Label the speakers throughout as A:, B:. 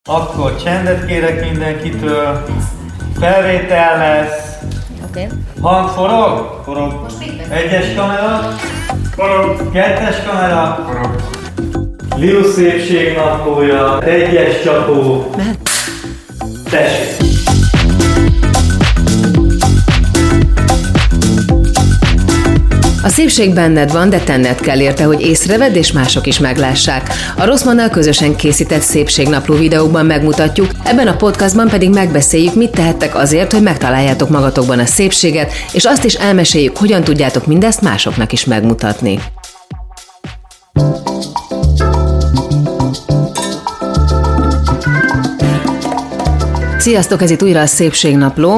A: Akkor csendet kérek mindenkitől. Felvétel lesz.
B: Oké.
A: Hang forog? Forog. Egyes kamera? Forog. Kettes kamera? Forog. Liu szépségnaplója. Egyes csapó. Tessék.
C: A szépség benned van, de tenned kell érte, hogy észrevedd és mások is meglássák. A Rosszmannal közösen készített szépségnapló videókban megmutatjuk, ebben a podcastban pedig megbeszéljük, mit tehettek azért, hogy megtaláljátok magatokban a szépséget, és azt is elmeséljük, hogyan tudjátok mindezt másoknak is megmutatni. Sziasztok, ez itt újra a Szépségnapló,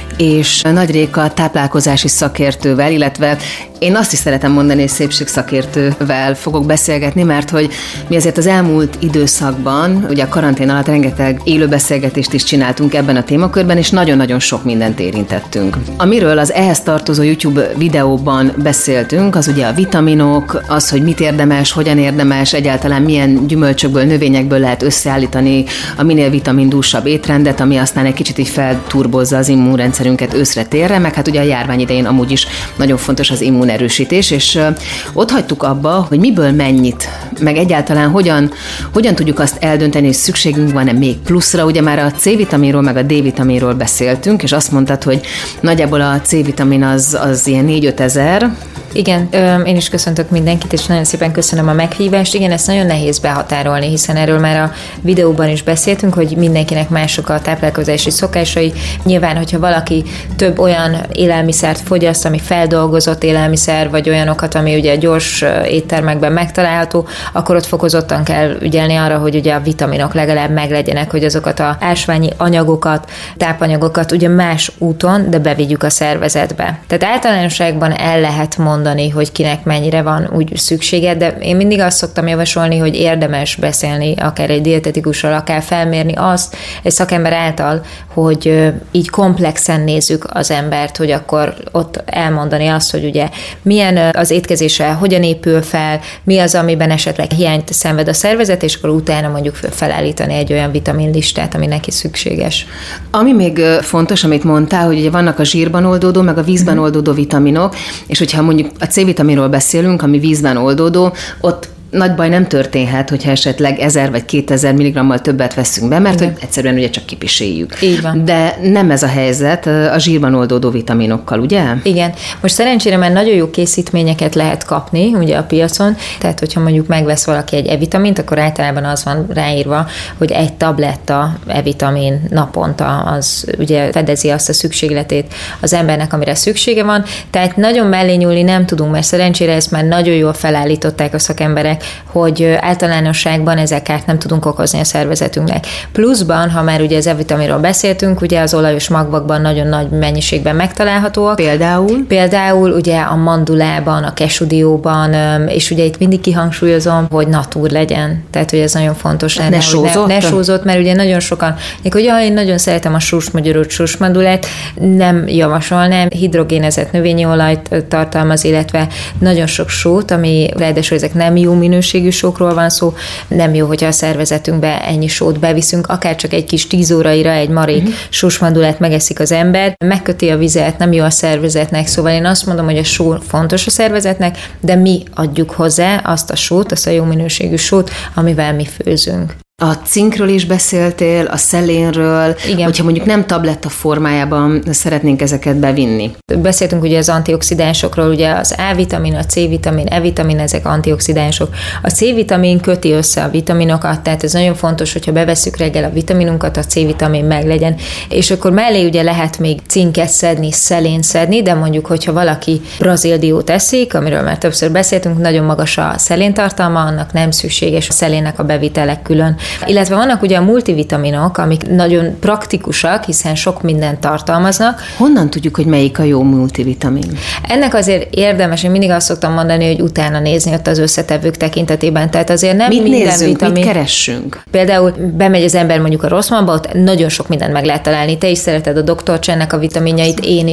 C: és Nagy Réka táplálkozási szakértővel, illetve én azt is szeretem mondani, hogy szépségszakértővel fogok beszélgetni, mert hogy mi azért az elmúlt időszakban, ugye a karantén alatt rengeteg élő beszélgetést is csináltunk ebben a témakörben, és nagyon-nagyon sok mindent érintettünk. Amiről az ehhez tartozó YouTube videóban beszéltünk, az ugye a vitaminok, az, hogy mit érdemes, hogyan érdemes, egyáltalán milyen gyümölcsökből, növényekből lehet összeállítani a minél vitamindúsabb étrendet, ami aztán egy kicsit így felturbozza az immunrendszerünket őszre-térre, meg hát ugye a járvány idején amúgy is nagyon fontos az immunerősítés, és ott hagytuk abba, hogy miből mennyit, meg egyáltalán hogyan tudjuk azt eldönteni, hogy szükségünk van-e még pluszra. Ugye már a C-vitaminról, meg a D-vitaminról beszéltünk, és azt mondtad, hogy nagyjából a C-vitamin az ilyen 4-5 ezer.
B: Igen, én is köszöntök mindenkit, és nagyon szépen köszönöm a meghívást. Igen, ezt nagyon nehéz behatárolni, hiszen erről már a videóban is beszéltünk, hogy mindenkinek mások a táplálkozási szokásai. Nyilván, hogyha valaki több olyan élelmiszert fogyaszt, ami feldolgozott élelmiszer, vagy olyanokat, ami ugye gyors éttermekben megtalálható, akkor ott fokozottan kell ügyelni arra, hogy ugye a vitaminok legalább meglegyenek, hogy azokat az ásványi anyagokat, tápanyagokat ugye más úton, de bevigyük a szervezetbe. Tehát általánosságban el lehet mondani, hogy kinek mennyire van úgy szüksége, de én mindig azt szoktam javasolni, hogy érdemes beszélni akár egy dietetikussal, akár felmérni azt egy szakember által, hogy így komplexen nézzük az embert, hogy akkor ott elmondani azt, hogy ugye milyen az étkezése, hogyan épül fel, mi az, amiben esetleg hiányt szenved a szervezet, és akkor utána mondjuk felállítani egy olyan vitaminlistát, ami neki szükséges.
C: Ami még fontos, amit mondtál, hogy ugye vannak a zsírban oldódó, meg a vízben oldódó vitaminok, és hogyha mondjuk a C-vitaminról beszélünk, ami vízben oldódó, ott nagy baj nem történhet, hogyha esetleg 1000 vagy 2000 milligrammal többet veszünk be, mert hogy egyszerűen ugye csak kipiséljük.
B: Így van.
C: De nem ez a helyzet a zsírban oldódó vitaminokkal, ugye?
B: Igen. Most szerencsére már nagyon jó készítményeket lehet kapni ugye a piacon, tehát hogyha mondjuk megvesz valaki egy E-vitamint, akkor általában az van ráírva, hogy egy tabletta E-vitamin naponta, az ugye fedezi azt a szükségletét az embernek, amire szüksége van, tehát nagyon mellé nyúlni nem tudunk, mert szerencsére ezt már nagyon jól felállították a szakemberek, hogy általánosságban ezzel kárt nem tudunk okozni a szervezetünknek. Pluszban, ha már ugye az E-vitaminról beszéltünk, ugye az olajos magvakban nagyon nagy mennyiségben megtalálhatóak. Például ugye a mandulában, a kesudióban, és ugye itt mindig kihangsúlyozom, hogy natúr legyen. Tehát, hogy ez nagyon fontos lenne. Ne sózott, mert ugye nagyon sokan, hogy én nagyon szeretem a sósmagyarút, sósmandulát, nem javasolnám, hidrogénezett növényi olajt tartalmaz, illetve nagyon sok sót, ami ráadásul ezek nem jó minőségű sókról van szó, nem jó, hogyha a szervezetünkbe ennyi sót beviszünk, akár csak egy kis 10 óraira egy marék sósmandulát megeszik az ember, megköti a vizet, nem jó a szervezetnek, szóval én azt mondom, hogy a só fontos a szervezetnek, de mi adjuk hozzá azt a sót, azt a jó minőségű sót, amivel mi főzünk.
C: A cinkről is beszéltél, a szelénről, igen. Hogyha mondjuk nem tabletta formájában szeretnénk ezeket bevinni.
B: Beszéltünk ugye az antioxidánsokról, ugye az A-vitamin, a C-vitamin, E-vitamin, ezek antioxidánsok. A C-vitamin köti össze a vitaminokat, tehát ez nagyon fontos, hogyha bevesszük reggel a vitaminunkat, a C-vitamin meglegyen, és akkor mellé ugye lehet még cinket szedni, szelént szedni, de mondjuk, hogyha valaki brazildiót eszik, amiről már többször beszéltünk, nagyon magas a szeléntartalma, annak nem szükséges a szelénnek a bevitele külön. Illetve vannak ugye a multivitaminok, amik nagyon praktikusak, hiszen sok mindent tartalmaznak.
C: Honnan tudjuk, hogy melyik a jó multivitamin?
B: Ennek azért érdemes, én mindig azt szoktam mondani, hogy utána nézni ott az összetevők tekintetében. Tehát azért nem minden
C: nézzünk,
B: vitamin.
C: Mit keressünk?
B: Például bemegy az ember mondjuk a Rosszmannba, ott nagyon sok mindent meg lehet találni. Te is szereted a Dr. Csennek a vitaminjait, én is. Tehát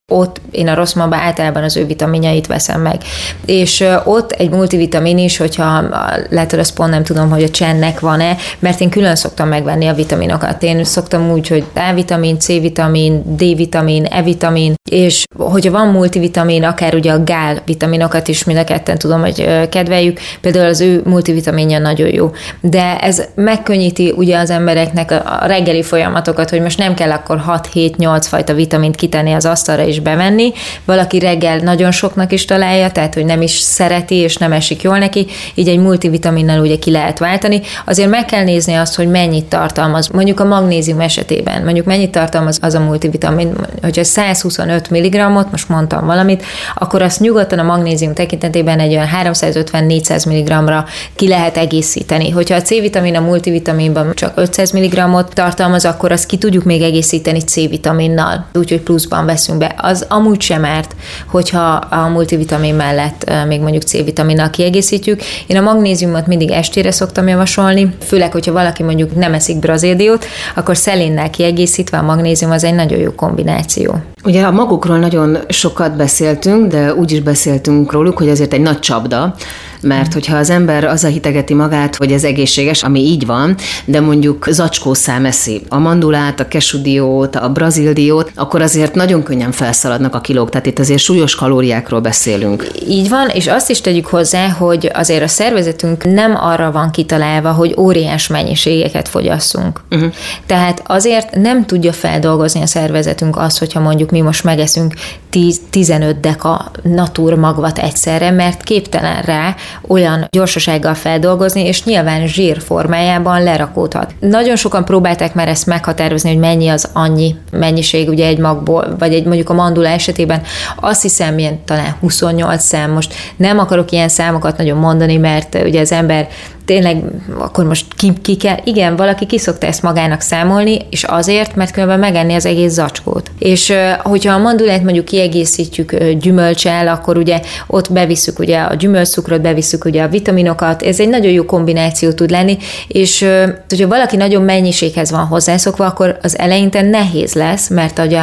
B: Ott én a Rossmannban általában az ő vitaminjait veszem meg. És ott egy multivitamin is, hogyha látod, azt pont nem tudom, hogy a Csennek van-e, mert én külön szoktam megvenni a vitaminokat. Én szoktam úgy, hogy A-vitamin, C-vitamin, D-vitamin, E-vitamin, és hogyha van multivitamin, akár ugye a gál vitaminokat is mind a ketten tudom, hogy kedveljük, például az ő multivitaminja nagyon jó. De ez megkönnyíti ugye az embereknek a reggeli folyamatokat, hogy most nem kell akkor 6-7-8 fajta vitamint kitenni az asztalra és bevenni. Valaki reggel nagyon soknak is találja, tehát hogy nem is szereti és nem esik jól neki, így egy multivitaminnal ugye ki lehet váltani. Azért meg kell nézni azt, hogy mennyit tartalmaz. Mondjuk a magnézium esetében, mondjuk mennyit tartalmaz az a multivitamin, hogyha 125 mg-ot, most mondtam valamit, akkor azt nyugodtan a magnézium tekintetében egy olyan 350-400 mg-ra ki lehet egészíteni. Hogyha a C-vitamin a multivitaminban csak 500 mg-ot tartalmaz, akkor azt ki tudjuk még egészíteni C-vitaminnal, úgyhogy pluszban veszünk be. Az amúgy sem árt, hogyha a multivitamin mellett még mondjuk C-vitaminnal kiegészítjük. Én a magnéziumot mindig estére szoktam javasolni, főleg, hogyha valaki mondjuk nem eszik brazildiót, akkor szelénnel kiegészítve a magnézium az egy nagyon jó kombináció.
C: Ugye a magukról nagyon sokat beszéltünk, de úgy is beszéltünk róluk, hogy ezért egy nagy csapda, mert hogyha az ember azzal hitegeti magát, hogy ez egészséges, ami így van, de mondjuk zacskószám eszi a mandulát, a kesudiót, a brazildiót, akkor azért nagyon könnyen felszaladnak a kilók, tehát itt azért súlyos kalóriákról beszélünk.
B: Így van, és azt is tegyük hozzá, hogy azért a szervezetünk nem arra van kitalálva, hogy óriás mennyiségeket fogyasszunk. Tehát azért nem tudja feldolgozni a szervezetünk azt, hogyha mondjuk mi most megeszünk 10-15 deka naturmagvat egyszerre, mert képtelen rá olyan gyorsasággal feldolgozni, és nyilván zsír formájában lerakódhat. Nagyon sokan próbálták már ezt meghatározni, hogy mennyi az annyi mennyiség ugye egy magból, vagy egy mondjuk a mandula esetében, azt hiszem ilyen talán 28 szám, most nem akarok ilyen számokat nagyon mondani, mert ugye az ember tényleg akkor most ki kell, igen, valaki ki szokta ezt magának számolni, és azért, mert különben megenni az egész zacskót. És hogyha a mandulát mondjuk kiegészítjük gyümölccsel, akkor ugye ott bevisszük ugye a gyümölcscukrot, bevisszük ugye a vitaminokat, ez egy nagyon jó kombináció tud lenni, és hogyha valaki nagyon mennyiséghez van hozzászokva, akkor az eleinte nehéz lesz, mert ugye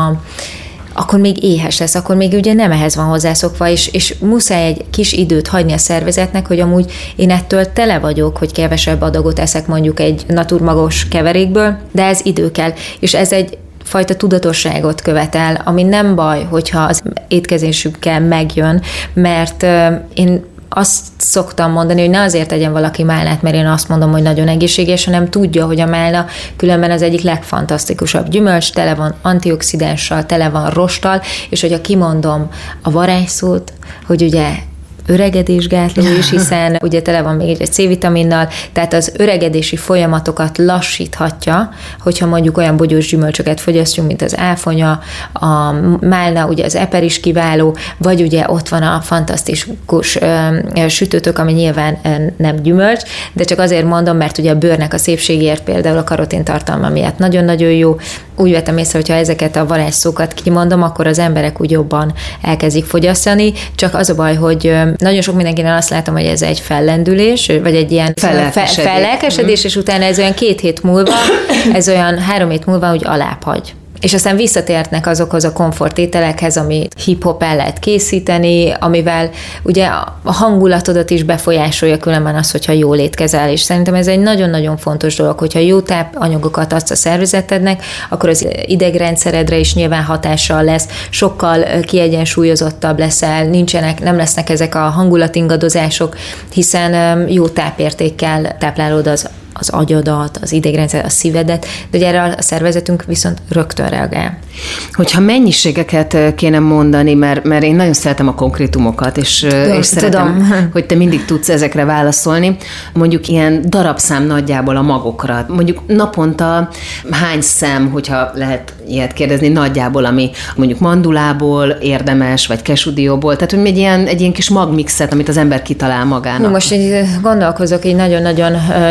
B: akkor még éhes lesz, akkor még ugye nem ehhez van hozzászokva, és muszáj egy kis időt hagyni a szervezetnek, hogy amúgy én ettől tele vagyok, hogy kevesebb adagot eszek mondjuk egy naturmagos keverékből, de ez idő kell, és ez egy fajta tudatosságot követel, ami nem baj, hogyha az étkezésükkel megjön, mert én azt szoktam mondani, hogy ne azért tegyen valaki málnát, mert én azt mondom, hogy nagyon egészséges, hanem tudja, hogy a málna különben az egyik legfantasztikusabb gyümölcs, tele van antioxidánssal, tele van rosttal, és hogyha kimondom a varázsszót, hogy ugye öregedésgátló is, hiszen ugye tele van még egy C-vitaminnal, tehát az öregedési folyamatokat lassíthatja, hogyha mondjuk olyan bogyós gyümölcsöket fogyasztjunk, mint az áfonya, a málna, ugye az eper is kiváló, vagy ugye ott van a fantasztikus sütőtök, ami nyilván nem gyümölcs, de csak azért mondom, mert ugye a bőrnek a szépségért például a karotin tartalma miatt nagyon-nagyon jó. Úgy vettem észre, hogyha ezeket a varázsszókat kimondom, akkor az emberek úgy jobban elkezdik fogyasztani, csak az a baj, hogy nagyon sok mindenkinél azt látom, hogy ez egy fellendülés, vagy egy ilyen fellelkesedés, és utána ez olyan 2 hét múlva, ez olyan 3 hét múlva úgy alább hagy. És aztán visszatérnek azokhoz a komfortételekhez, amit hip-hop el lehet készíteni, amivel ugye a hangulatodat is befolyásolja különben az, hogyha jól étkezel, és szerintem ez egy nagyon-nagyon fontos dolog, hogyha jó tápanyagokat adsz a szervezetednek, akkor az idegrendszeredre is nyilván hatással lesz, sokkal kiegyensúlyozottabb leszel, nem lesznek ezek a hangulatingadozások, hiszen jó tápértékkel táplálod az agyadat, az idegrendszer, a szívedet, de ugye erre a szervezetünk viszont rögtön reagál. Hogyha mennyiségeket kéne mondani, mert én nagyon szeretem a konkrétumokat, és szeretem, hogy te mindig tudsz ezekre válaszolni, mondjuk ilyen darabszám nagyjából a magokra. Mondjuk naponta hány szem, hogyha lehet ilyet kérdezni, nagyjából, ami mondjuk mandulából érdemes, vagy kesudióból, tehát hogy egy ilyen kis magmixet, amit az ember kitalál magának. Most így gondolkozok így nagyon-nagyon gyorsan,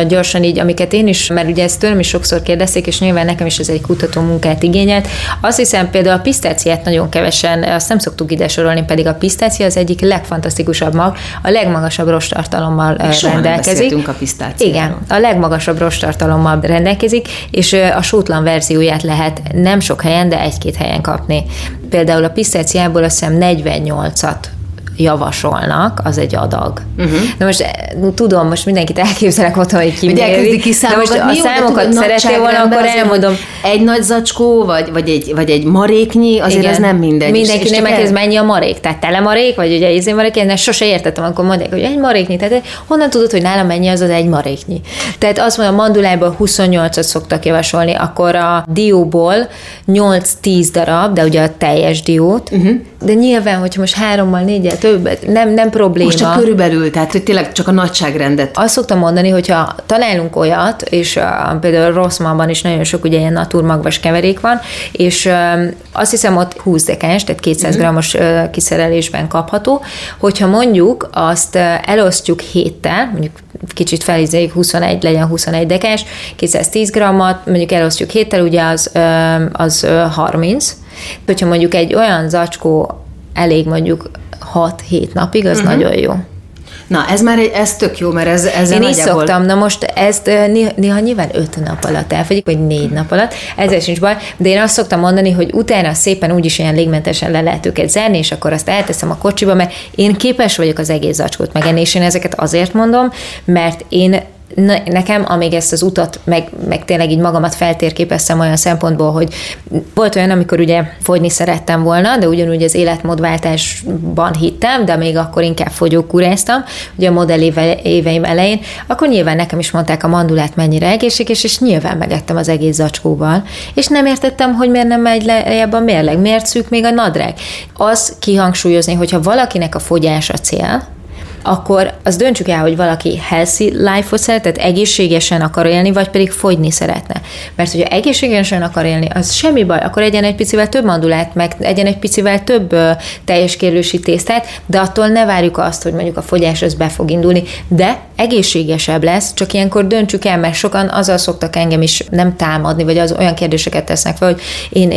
B: így, amiket én is, mert ugye ezt tőlem is sokszor kérdezték, és nyilván nekem is ez egy kutató munkát igényelt. Azt hiszem például a pisztáciát nagyon kevesen, azt nem szoktuk ide sorolni, pedig a pisztácia az egyik legfantasztikusabb mag, a legmagasabb rosttartalommal rendelkezik.
C: A pisztáciáról.
B: Igen, a legmagasabb rosttartalommal rendelkezik, és a sótlan verzióját lehet nem sok helyen, de egy-két helyen kapni. Például a pisztáciából azt hiszem 48-at javasolnak, az egy adag. Na most tudom, most mindenkit elképzelek otthon, hogy ki méri. De most a számokat szeretnél volna, akkor elmondom.
C: Egy nagy zacskó, vagy egy maréknyi, azért ez nem mindegy.
B: Mindenkinek megkezd mennyi a marék. Tehát telemarék, vagy ugye izé marék, én sose értettem, akkor mondják, hogy egy maréknyi. Tehát honnan tudod, hogy nálam mennyi az egy maréknyi? Tehát azt mondom, a mandulából 28-at szoktak javasolni, akkor a dióból 8-10 darab, de ugye a teljes diót. De nyilván, hogyha most 3-mal, 4-el többet, nem probléma.
C: Most csak körülbelül, tehát hogy tényleg csak a nagyságrendet.
B: Azt szoktam mondani, hogyha találunk olyat, és például Rossmannban is nagyon sok ugye ilyen naturmagvas keverék van, és azt hiszem ott 20 dekáns, tehát 200 g-os kiszerelésben kapható, hogyha mondjuk azt elosztjuk héttel, mondjuk kicsit felizéljük 21, legyen 21 dekás, 210 g-at, mondjuk elosztjuk héttel, ugye az 30. Hogyha mondjuk egy olyan zacskó elég mondjuk 6-7 napig, az nagyon jó.
C: Na, ez tök jó, mert ez
B: én így szoktam, na most ezt néha nyilván 5 nap alatt elfogyik, vagy 4 nap alatt, ezzel sincs baj, de én azt szoktam mondani, hogy utána szépen úgyis ilyen légmentesen le lehet őket zárni, és akkor azt elteszem a kocsiba, mert én képes vagyok az egész zacskót megenni, és én ezeket azért mondom, mert nekem, amíg ezt az utat, meg tényleg így magamat feltérképeztem olyan szempontból, hogy volt olyan, amikor ugye fogyni szerettem volna, de ugyanúgy az életmódváltásban hittem, de még akkor inkább fogyókúráztam, ugye a modell éveim elején, akkor nyilván nekem is mondták a mandulát mennyire egészséges, és nyilván megettem az egész zacskóval. És nem értettem, hogy miért nem megy lejjebb a mérleg, miért szűk még a nadrág. Az kihangsúlyozni, hogyha valakinek a fogyás a cél, akkor azt döntsük el, hogy valaki healthy life-ot szeret, tehát egészségesen akar élni, vagy pedig fogyni szeretne. Mert hogyha egészségesen akar élni, az semmi baj, akkor egyen egy picivel több mandulát, meg egyen egy picivel több teljes kérlősi tésztát, de attól ne várjuk azt, hogy mondjuk a fogyás az be fog indulni, de egészségesebb lesz, csak ilyenkor döntsük el, mert sokan azzal szoktak engem is nem támadni, vagy az olyan kérdéseket tesznek fel, hogy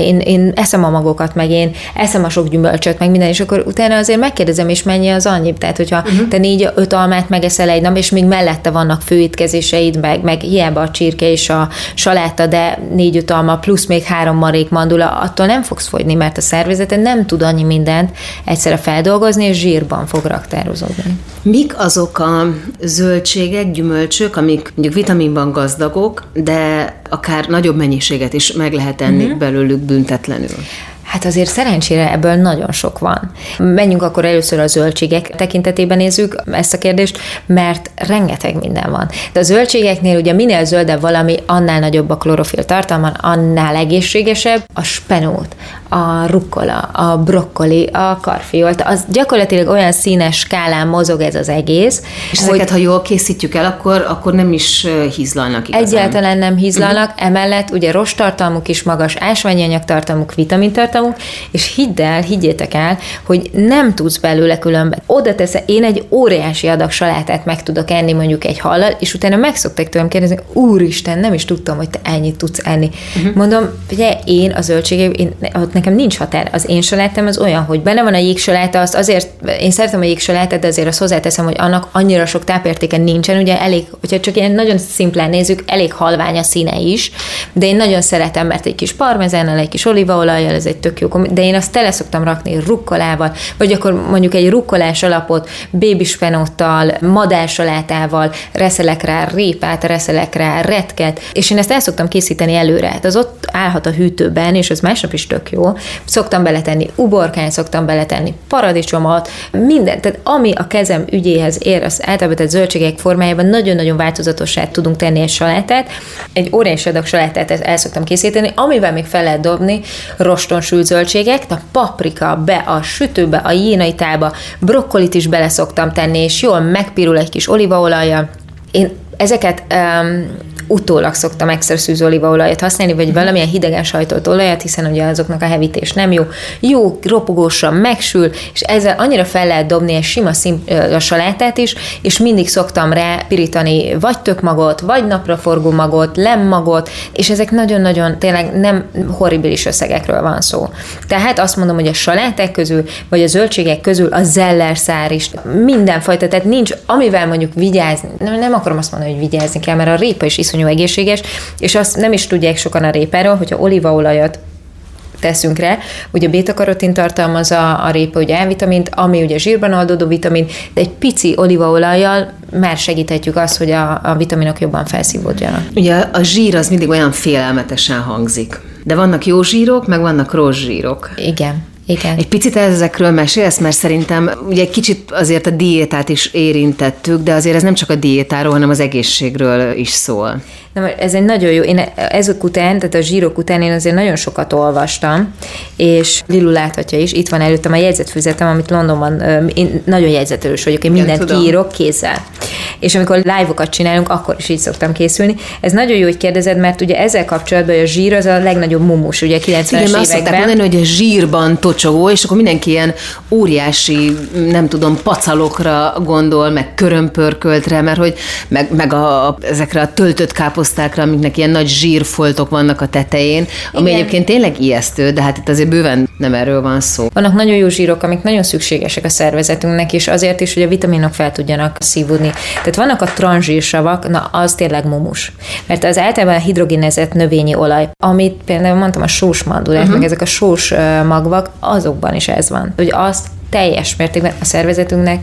B: én eszem a magokat, meg én eszem a sok gyümölcsöt, meg minden, és akkor utána azért megkérdezem, és mennyi az annyi. Tehát, hogyha te 4-5 almát megeszel egy nap, és még mellette vannak főétkezéseid, meg hiába a csirke és a saláta, de 4-5 alma plusz még 3 marék mandula, attól nem fogsz fogyni, mert a szervezeted nem tud annyi mindent egyszerre feldolgozni, és zsírban fog raktározódni.
C: Mik azok a zöldségek, gyümölcsök, amik mondjuk vitaminban gazdagok, de akár nagyobb mennyiséget is meg lehet enni belőlük büntetlenül?
B: Hát azért szerencsére ebből nagyon sok van. Menjünk akkor először a zöldségek tekintetében nézzük ezt a kérdést, mert rengeteg minden van. De a zöldségeknél ugye minél zöldebb valami, annál nagyobb a klorofil tartalma, annál egészségesebb. A spenót, a rukkola, a brokkoli, a karfiolt, az gyakorlatilag olyan színes skálán mozog ez az egész.
C: És ezeket, ha jól készítjük el, akkor nem is hízlalnak igazán.
B: Egyáltalán nem hízlalnak, emellett ugye rosttartalmuk is magas, ásványi anyagtartalmuk, vitamintartalmuk, és higgyétek el, hogy nem tudsz belőle különben. Oda teszem, én egy óriási adag salátát meg tudok enni mondjuk egy hallal, és utána meg szokták tőlem kérdezni, úristen, nem is tudtam, hogy te ennyit tudsz enni. Mondom, ugye én a zöldségek, ott nekem nincs határ. Az én salátám az olyan, hogy benne van a jégsaláta, azt azért, én szeretem a jégsalátát, de azért azt hozzáteszem, hogy annak annyira sok tápértéke nincsen, ugye elég, hogyha csak ilyen nagyon szimplán nézzük, elég halvány a színe is, de én nagyon szeretem, mert egy kis parmezánnal, egy kis olívaolajjal, ez egy tök jó, de én azt tele szoktam rakni rukkolával, vagy akkor mondjuk egy rukkolás alapot bébispenóttal, madársalátával, reszelek rá répát, reszelek rá retket, és én ezt el szoktam készíteni előre. Hát az ott állhat a hűtőben, és az másnap is tök jó. Szoktam beletenni uborkányt, szoktam beletenni paradicsomot, mindent, tehát ami a kezem ügyéhez ér, az általában zöldségek formájában nagyon-nagyon változatossá tudunk tenni egy salátát. Egy óriási adag salátát el szoktam készíteni, amivel még fel lehet dobni roston sült zöldségek, a paprika be a sütőbe, a jénai tálba, brokkolit is bele szoktam tenni, és jól megpirul egy kis olívaolajjal. Én ezeket utólag szoktam extra szűz olívaolajat használni, vagy valamilyen hidegen sajtolt olajat, hiszen ugye azoknak a hevítés nem jó. Jó, ropogósan megsül, és ezzel annyira fel lehet dobni egy sima a salátát is, és mindig szoktam rá pirítani vagy tökmagot, vagy napraforgó magot, lemmagot, és ezek nagyon-nagyon tényleg nem horribilis összegekről van szó. Tehát azt mondom, hogy a saláták közül, vagy a zöldségek közül a zellerszár is mindenfajta, tehát nincs, amivel mondjuk vigyázni, nem akarom azt mondani, hogy vigyázni kell, mert a répa is iszonyú egészséges, és azt nem is tudják sokan a répáról, hogyha olívaolajat teszünk rá, ugye béta-karotin tartalmaz a répa, ugye A-vitamint, ami ugye zsírban oldódó vitamin, de egy pici olívaolajjal már segíthetjük azt, hogy a vitaminok jobban felszívódjanak.
C: Ugye a zsír az mindig olyan félelmetesen hangzik, de vannak jó zsírok, meg vannak rossz zsírok.
B: Igen. Igen.
C: Egy picit ezekről mesélsz, mert szerintem ugye egy kicsit azért a diétát is érintettük, de azért ez nem csak a diétáról, hanem az egészségről is szól.
B: Na, ez egy nagyon jó, én ezek után, tehát a zsírok után én azért nagyon sokat olvastam, és Lilu láthatja is, itt van előttem a jegyzetfüzetem, amit Londonban, én nagyon jegyzetelős vagyok, én mindent kiírok kézzel. És amikor live-okat csinálunk, akkor is így szoktam készülni. Ez nagyon jó, hogy kérdezed, mert ugye ezzel kapcsolatban a zsír az a legnagyobb mumus, ugye 90-es években.
C: Igen, azt szokták mondani, hogy a zsírban tocsogó, és akkor mindenki ilyen óriási, nem tudom, pacalokra gondol, meg körömpörköltre, mert hogy meg ezekre a töltött káposztákra, amiknek ilyen nagy zsírfoltok vannak a tetején, ami igen. Egyébként tényleg ijesztő, de hát itt azért bőven nem erről van szó.
B: Vannak nagyon jó zsírok, amik nagyon szükségesek a szervezetünknek, és azért is, hogy a vitaminok fel tudjanak szívódni. Tehát vannak a transzsírsavak, na az tényleg mumus. Mert az általában a hidrogénezett növényi olaj, amit például mondtam a sós mandulák, meg ezek a sós magvak, azokban is ez van. Hogy azt teljes mértékben a szervezetünknek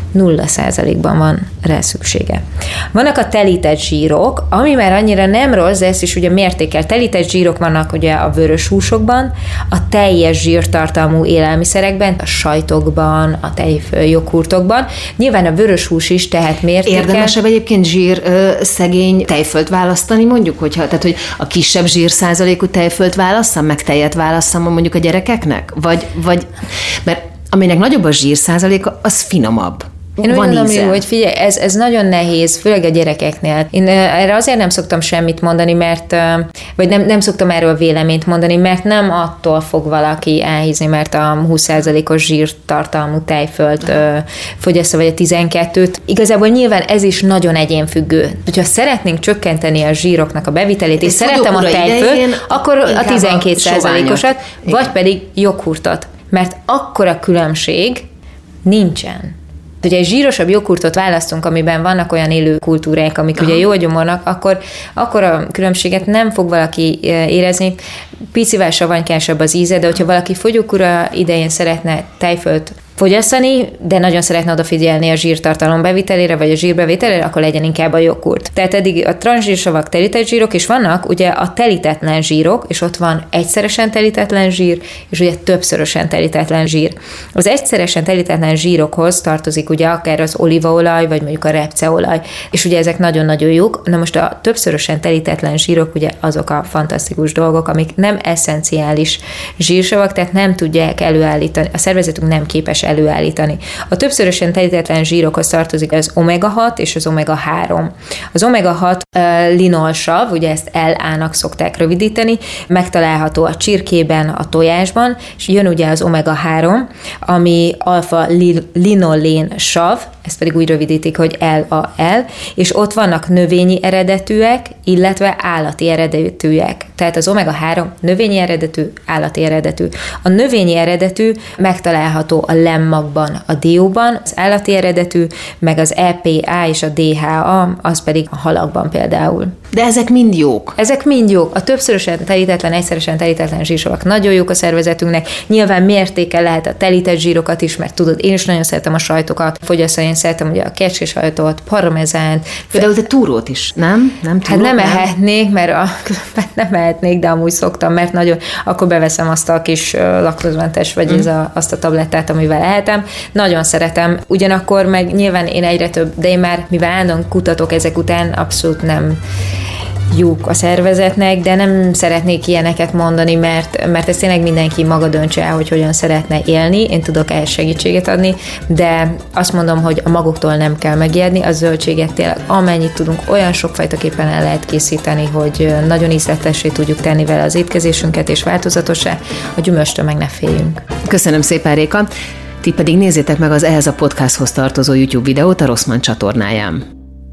B: 0%-ban van rá szüksége. Vannak a telített zsírok, ami már annyira nem rossz, de ezt is ugye mértékel. Telített zsírok vannak ugye a vörös húsokban, a teljes zsírtartalmú élelmiszerekben, a sajtokban, a tejjoghurtokban. Nyilván a vörös hús is, tehát mértékel.
C: Érdemesebb egyébként zsír szegény tejfölt választani, mondjuk, tehát hogy a kisebb zsírszázalékú tejfölt válasszam, meg tejet válasszam mondjuk a gyerekeknek? Vagy mert aminek nagyobb a zsírszázaléka, az finomabb.
B: Én úgy gondolom, hogy figyelj, ez nagyon nehéz, főleg a gyerekeknél. Én erre azért nem szoktam semmit mondani, mert, vagy nem szoktam erről véleményt mondani, mert nem attól fog valaki elhízni, mert a 20%-os zsírtartalmú tejfölt fogyasztja, vagy a 12-t. Igazából nyilván ez is nagyon egyénfüggő. Hogyha szeretnénk csökkenteni a zsíroknak a bevitelét, és szeretem a tejfölt, akkor a 12%-osat, vagy pedig joghurtot. Mert akkora különbség nincsen. Hogyha egy zsírosabb joghurtot választunk, amiben vannak olyan élő kultúrák, amik ugye jól gyomornak, akkor a különbséget nem fog valaki érezni. Picivel savanykásabb az íze, de hogyha valaki fogyókúra idején szeretne tejfölt fogyasztani, de nagyon szeretne odafigyelni a zsírtartalom bevitelére, vagy a zsírbevételére, akkor legyen inkább a joghurt. Tehát eddig a transzsírsavak telített zsírok, és vannak ugye a telítetlen zsírok, és ott van egyszeresen telítetlen zsír, és ugye többszörösen telítetlen zsír. Az egyszeresen telítetlen zsírokhoz tartozik ugye akár az olívaolaj, vagy mondjuk a repceolaj, és ugye ezek nagyon-nagyon jók. Na most a többszörösen telítetlen zsírok ugye azok a fantasztikus dolgok, amik nem eszenciális zsírsavak, tehát nem tudják előállítani, a szervezetünk nem képes előállítani. A többszörösen telítetlen zsírokhoz tartozik az omega-6 és az omega-3. Az omega-6 linolsav, ugye ezt LA-nak szokták rövidíteni, megtalálható a csirkében, a tojásban, és jön ugye az omega-3, ami alfa-linolén sav, ezt pedig úgy rövidítik, hogy LAL, és ott vannak növényi eredetűek, illetve állati eredetűek. Tehát az omega-3 növényi eredetű, állati eredetű. A növényi eredetű megtalálható a lemmagban, a dióban, az állati eredetű, meg az EPA és a DHA, az pedig a halakban például.
C: De ezek mind jók.
B: Ezek mind jók. A többszörösen telítetlen, egyszeresen telítetlen zsírsavak nagyon jók a szervezetünknek. Nyilván mértékkel lehet a telített zsírokat is, mert tudod, én is nagyon szeretem a sajtokat fogyasztani, én szeretem ugye a kecskésajtot, parmezánt.
C: Például te túrót is, nem?
B: Hát nem ehetnék, mert nem ehetnék, de amúgy szoktam, mert nagyon, akkor beveszem azt a kis laktózmentes, vagy azt a tablettát, amivel ehetem. Nagyon szeretem. Ugyanakkor meg nyilván én egyre több, de én már, mivel állandóan kutatok ezek után, abszolút lyuk a szervezetnek, de nem szeretnék ilyeneket mondani, mert ez tényleg mindenki maga döntse el, hogy hogyan szeretne élni. Én tudok ehhez segítséget adni, de azt mondom, hogy a magoktól nem kell megijedni, a zöldséget tényleg amennyit tudunk, olyan sokfajtaképpen el lehet készíteni, hogy nagyon ízletessé tudjuk tenni vele az étkezésünket, és változatossá, a gyümölcstől meg ne féljünk.
C: Köszönöm szépen, Réka! Ti pedig nézzétek meg az ehhez a podcasthoz tartozó YouTube videót a Rossmann csatornáján.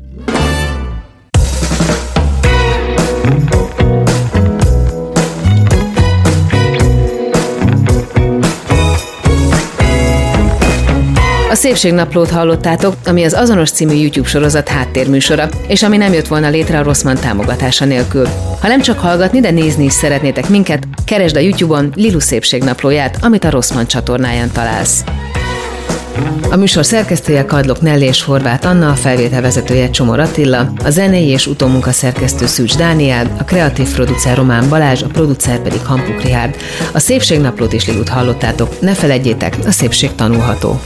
C: A Szépségnaplót hallottátok, ami az Azonos című YouTube sorozat háttérműsora, és ami nem jött volna létre a Rossmann támogatása nélkül. Ha nem csak hallgatni, de nézni is szeretnétek minket, keresd a YouTube-on Lilu Szépségnaplóját, amit a Rossmann csatornáján találsz. A műsor szerkesztője Kadlok Nelly és Horváth Anna, a felvételvezetője Csomor Attila, a zenei és utómunka szerkesztő Szűcs Dániel, a kreatív producer Román Balázs, a producer pedig Hampuk Rihárd. A Szépségnaplót és Lilut hallottátok, ne feledjétek, a szépség tanulható.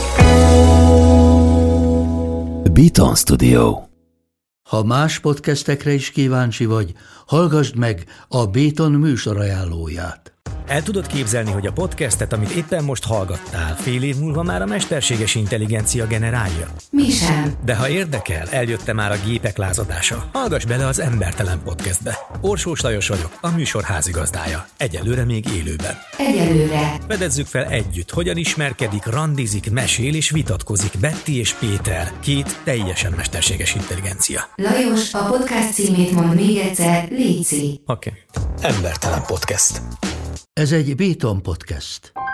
D: Béton Studio.
E: Ha más podcastekre is kíváncsi vagy, hallgassd meg a Béton műsorajánlóját.
F: El tudod képzelni, hogy a podcastet, amit éppen most hallgattál, fél év múlva már a mesterséges intelligencia generálja?
C: Mi sem.
F: De ha érdekel, eljött már a gépek lázadása. Hallgass bele az Embertelen Podcastbe. Orsós Lajos vagyok, a műsor házigazdája. Egyelőre még élőben.
C: Egyelőre.
F: Fedezzük fel együtt, hogyan ismerkedik, randizik, mesél és vitatkozik Betty és Péter, két teljesen mesterséges intelligencia.
G: Lajos, a podcast címét mond még egyszer, léci.
F: Oké. Embertelen Podcast.
E: Ez egy Béton Podcast.